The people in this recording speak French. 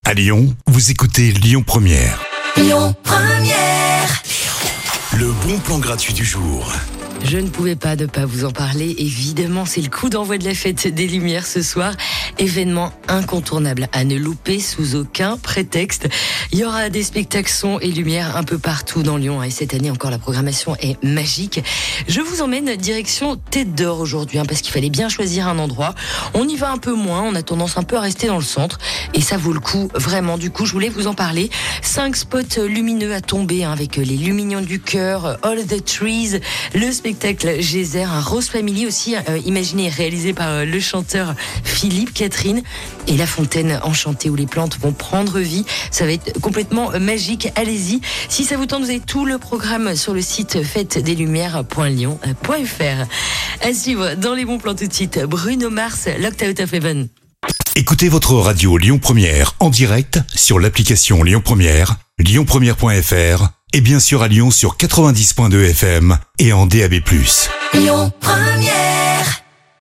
À Lyon, vous écoutez Lyon Première. Lyon Première. Le bon plan gratuit du jour. Je ne pouvais pas ne pas vous en parler. Évidemment, c'est le coup d'envoi de la fête des Lumières ce soir. Événement incontournable à ne louper sous aucun prétexte. Il y aura des spectacles son et lumière un peu partout dans Lyon. Et cette année encore, la programmation est magique. Je vous emmène direction Tête d'Or aujourd'hui, parce qu'il fallait bien choisir un endroit. On y va un peu moins. On a tendance un peu à rester dans le centre. Et ça vaut le coup, vraiment. Du coup, je voulais vous en parler. 5 spots lumineux à tomber, avec les Lumignons du Cœur, All the Trees, le spectacle Geyser, un Rose Family aussi, imaginé et réalisé par le chanteur Philippe Catherine, et la fontaine enchantée où les plantes vont prendre vie. Ça va être complètement magique. Allez-y. Si ça vous tente, vous avez tout le programme sur le site fêtesdeslumières.lyon.fr. À suivre dans les bons plans tout de suite. Bruno Mars, Locked Out of Heaven. Écoutez votre radio Lyon Première en direct sur l'application Lyon Première, lyonpremière.fr et bien sûr à Lyon sur 90.2 FM et en DAB+. Lyon Première.